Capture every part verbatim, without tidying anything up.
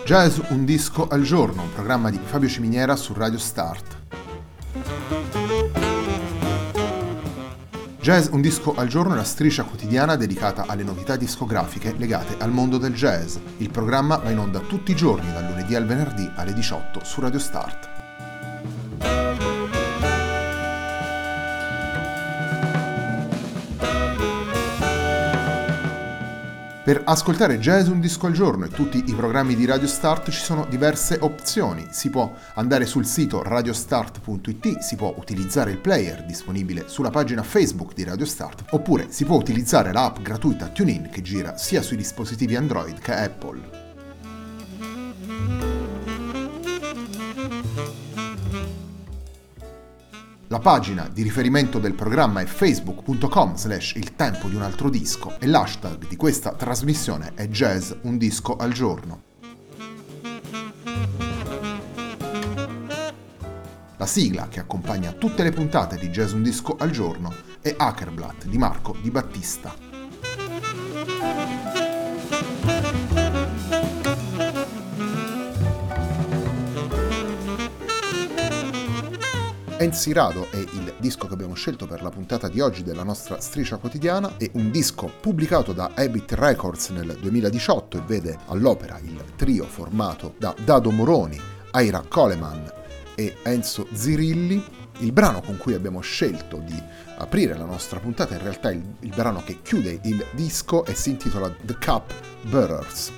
Jazz un disco al giorno, un programma di Fabio Ciminiera su Radio Start. Jazz un disco al giorno è la striscia quotidiana dedicata alle novità discografiche legate al mondo del jazz. Il programma va in onda tutti i giorni, dal lunedì al venerdì alle diciotto su Radio Start. Per ascoltare Jazz un disco al giorno e tutti i programmi di Radio Start ci sono diverse opzioni. Si può andare sul sito radiostart punto it, si può utilizzare il player disponibile sulla pagina Facebook di Radio Start, oppure si può utilizzare l'app gratuita TuneIn che gira sia sui dispositivi Android che Apple. La pagina di riferimento del programma è facebook punto com slash il tempo di un altro disco e l'hashtag di questa trasmissione è Jazz un disco al giorno. La sigla che accompagna tutte le puntate di Jazz un disco al giorno è Hackerblatt di Marco Di Battista. Encirado è il disco che abbiamo scelto per la puntata di oggi della nostra striscia quotidiana, è un disco pubblicato da Habit Records nel duemiladiciotto e vede all'opera il trio formato da Dado Moroni, Ira Coleman e Enzo Zirilli. Il brano con cui abbiamo scelto di aprire la nostra puntata è in realtà il, il brano che chiude il disco e si intitola The Cup Bearers.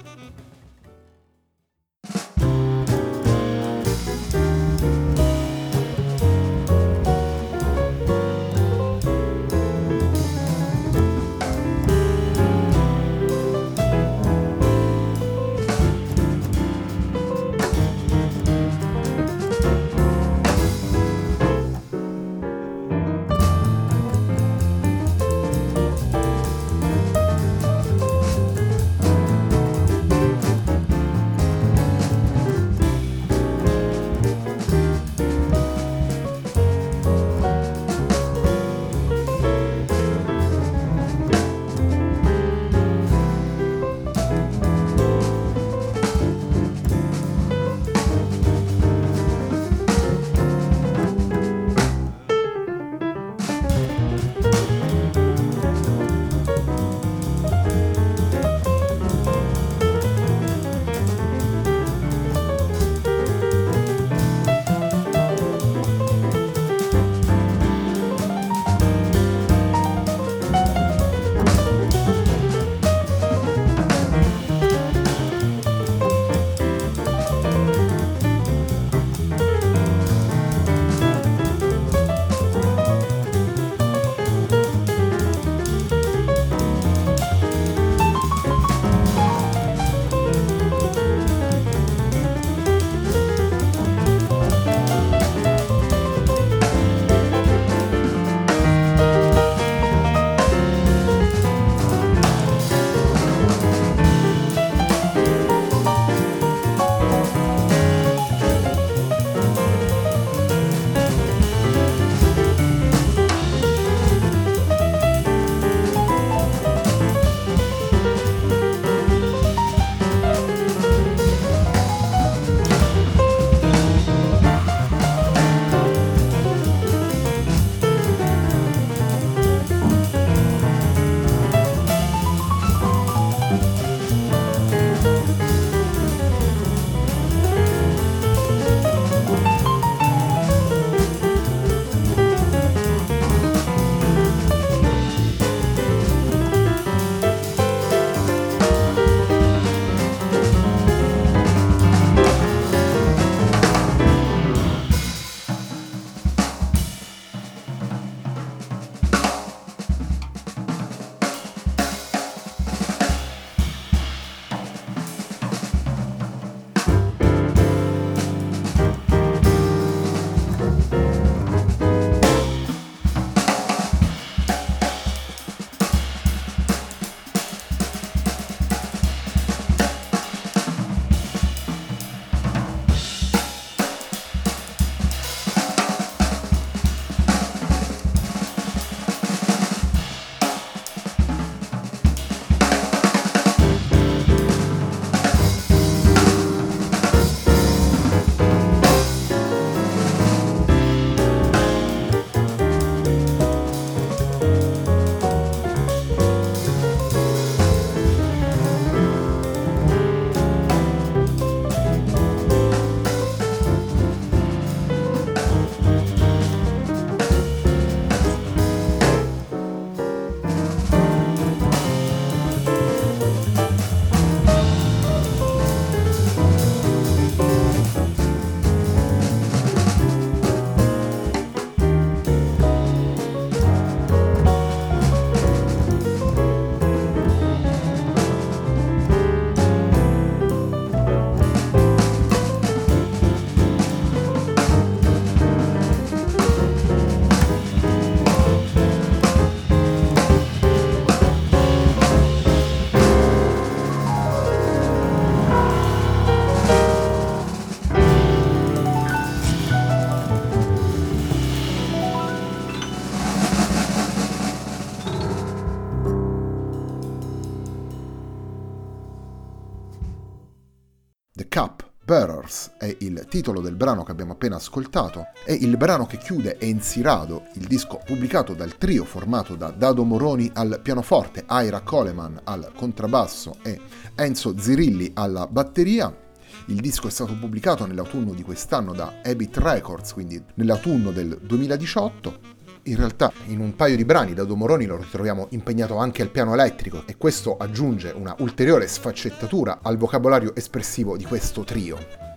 The Cup Bearers è il titolo del brano che abbiamo appena ascoltato, è il brano che chiude Ensirado, il disco pubblicato dal trio formato da Dado Moroni al pianoforte, Ira Coleman al contrabbasso e Enzo Zirilli alla batteria. Il disco è stato pubblicato nell'autunno di quest'anno da Habit Records, quindi nell'autunno del duemiladiciotto. In realtà in un paio di brani Dado Moroni lo ritroviamo impegnato anche al piano elettrico e questo aggiunge una ulteriore sfaccettatura al vocabolario espressivo di questo trio.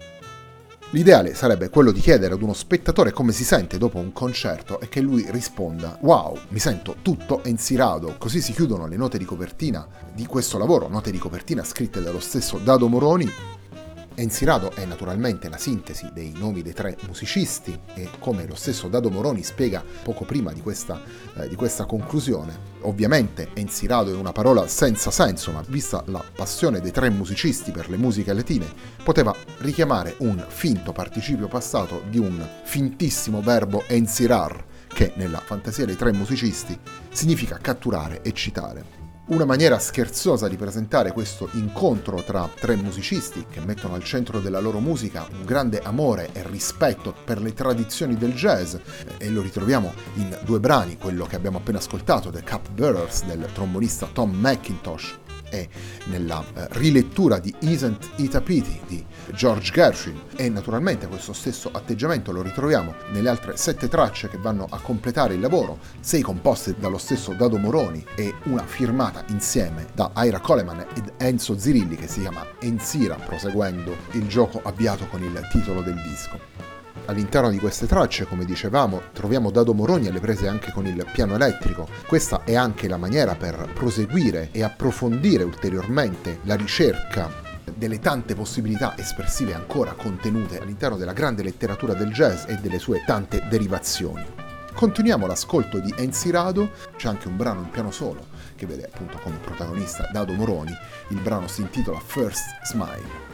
L'ideale sarebbe quello di chiedere ad uno spettatore come si sente dopo un concerto e che lui risponda «Wow, mi sento tutto ensirado», così si chiudono le note di copertina di questo lavoro, note di copertina scritte dallo stesso Dado Moroni. Ensirado è naturalmente la sintesi dei nomi dei tre musicisti e come lo stesso Dado Moroni spiega poco prima di questa, eh, di questa conclusione, ovviamente Ensirado è una parola senza senso, ma vista la passione dei tre musicisti per le musiche latine, poteva richiamare un finto participio passato di un fintissimo verbo ensirar, che nella fantasia dei tre musicisti significa catturare, eccitare. Una maniera scherzosa di presentare questo incontro tra tre musicisti che mettono al centro della loro musica un grande amore e rispetto per le tradizioni del jazz, e lo ritroviamo in due brani, quello che abbiamo appena ascoltato, The Cup Bearers del trombonista Tom McIntosh, e nella eh, rilettura di Isn't It a Pity di George Gershwin, e naturalmente questo stesso atteggiamento lo ritroviamo nelle altre sette tracce che vanno a completare il lavoro, sei composte dallo stesso Dado Moroni e una firmata insieme da Ira Coleman ed Enzo Zirilli che si chiama Ensira, proseguendo il gioco avviato con il titolo del disco. All'interno di queste tracce, come dicevamo, troviamo Dado Moroni alle prese anche con il piano elettrico. Questa è anche la maniera per proseguire e approfondire ulteriormente la ricerca delle tante possibilità espressive ancora contenute all'interno della grande letteratura del jazz e delle sue tante derivazioni. Continuiamo l'ascolto di Ensirado, c'è anche un brano in piano solo che vede appunto come protagonista Dado Moroni, il brano si intitola First Smile.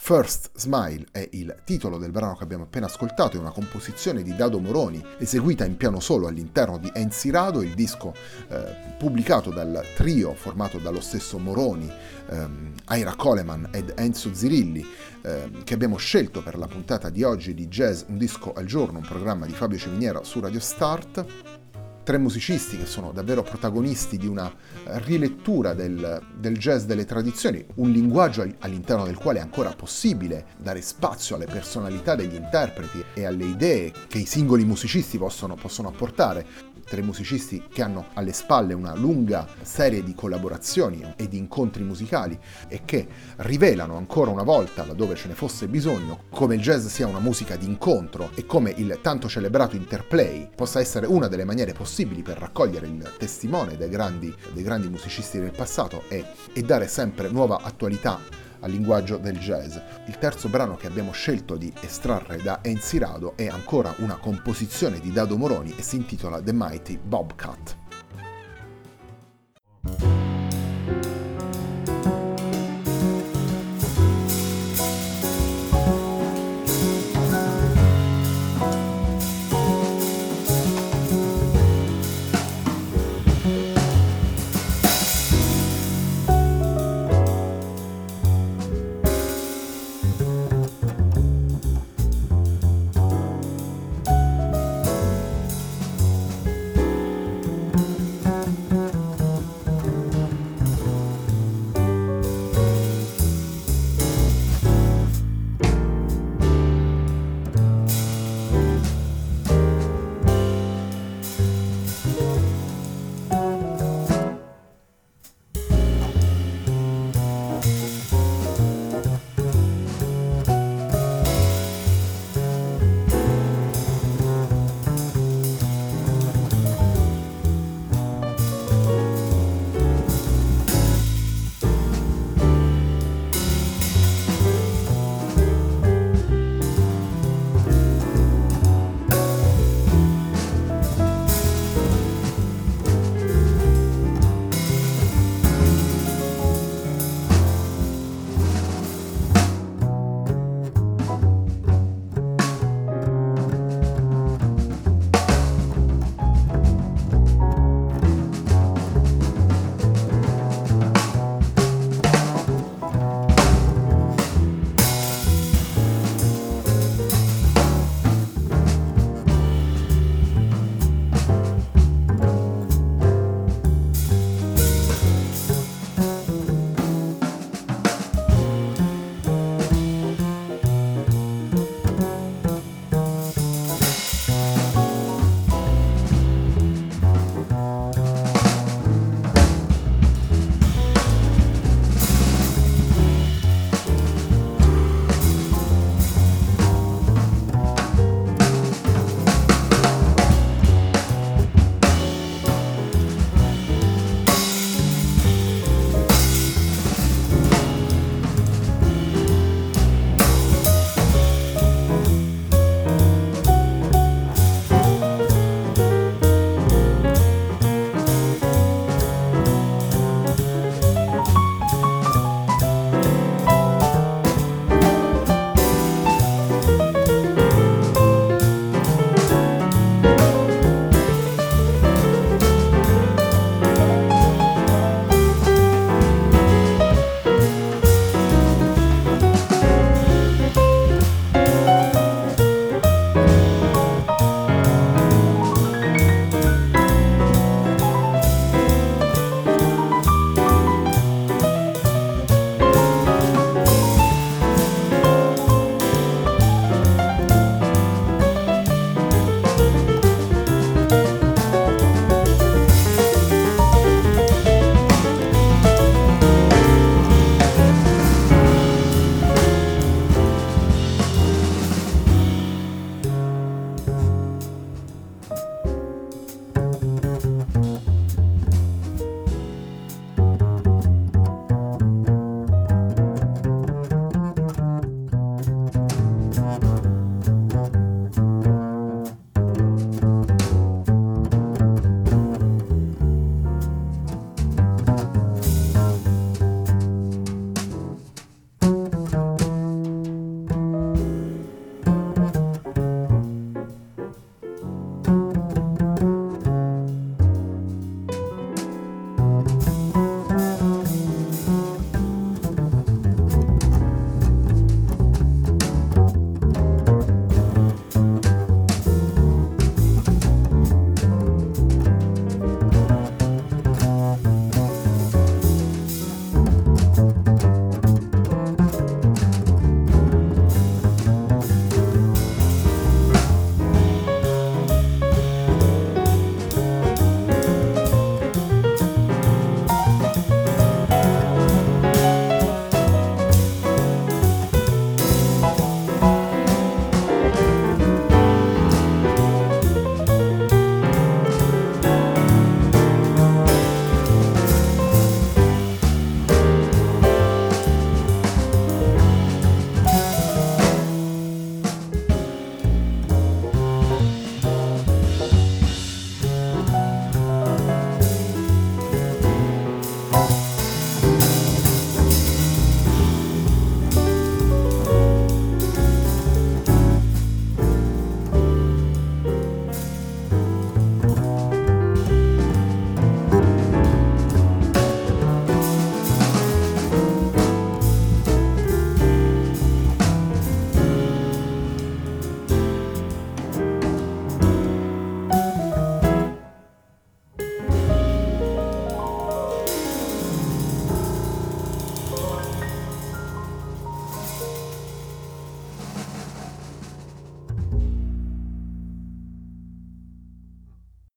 First Smile è il titolo del brano che abbiamo appena ascoltato, è una composizione di Dado Moroni eseguita in piano solo all'interno di Enzi Rado, il disco eh, pubblicato dal trio formato dallo stesso Moroni, ehm, Ira Coleman ed Enzo Zirilli, ehm, che abbiamo scelto per la puntata di oggi di Jazz Un Disco al Giorno, un programma di Fabio Ciminiera su Radio Start. Tre musicisti che sono davvero protagonisti di una rilettura del, del jazz delle tradizioni, un linguaggio all'interno del quale è ancora possibile dare spazio alle personalità degli interpreti e alle idee che i singoli musicisti possono, possono apportare. Tre musicisti che hanno alle spalle una lunga serie di collaborazioni e di incontri musicali e che rivelano ancora una volta, laddove ce ne fosse bisogno, come il jazz sia una musica di incontro e come il tanto celebrato interplay possa essere una delle maniere possibili per raccogliere il testimone dei grandi, dei grandi musicisti del passato e, e dare sempre nuova attualità al linguaggio del jazz. Il terzo brano che abbiamo scelto di estrarre da Enzi Rado è ancora una composizione di Dado Moroni e si intitola The Mighty Bobcat.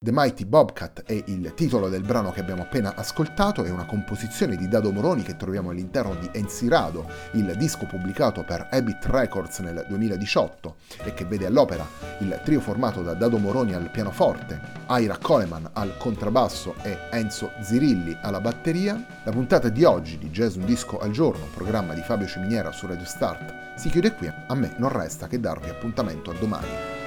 The Mighty Bobcat è il titolo del brano che abbiamo appena ascoltato, è una composizione di Dado Moroni che troviamo all'interno di Ensirado, il disco pubblicato per Habit Records nel duemiladiciotto e che vede all'opera il trio formato da Dado Moroni al pianoforte, Ira Coleman al contrabbasso e Enzo Zirilli alla batteria. La puntata di oggi di Jazz Un Disco al Giorno, programma di Fabio Ciminiera su Radio Start, si chiude qui. A me non resta che darvi appuntamento a domani.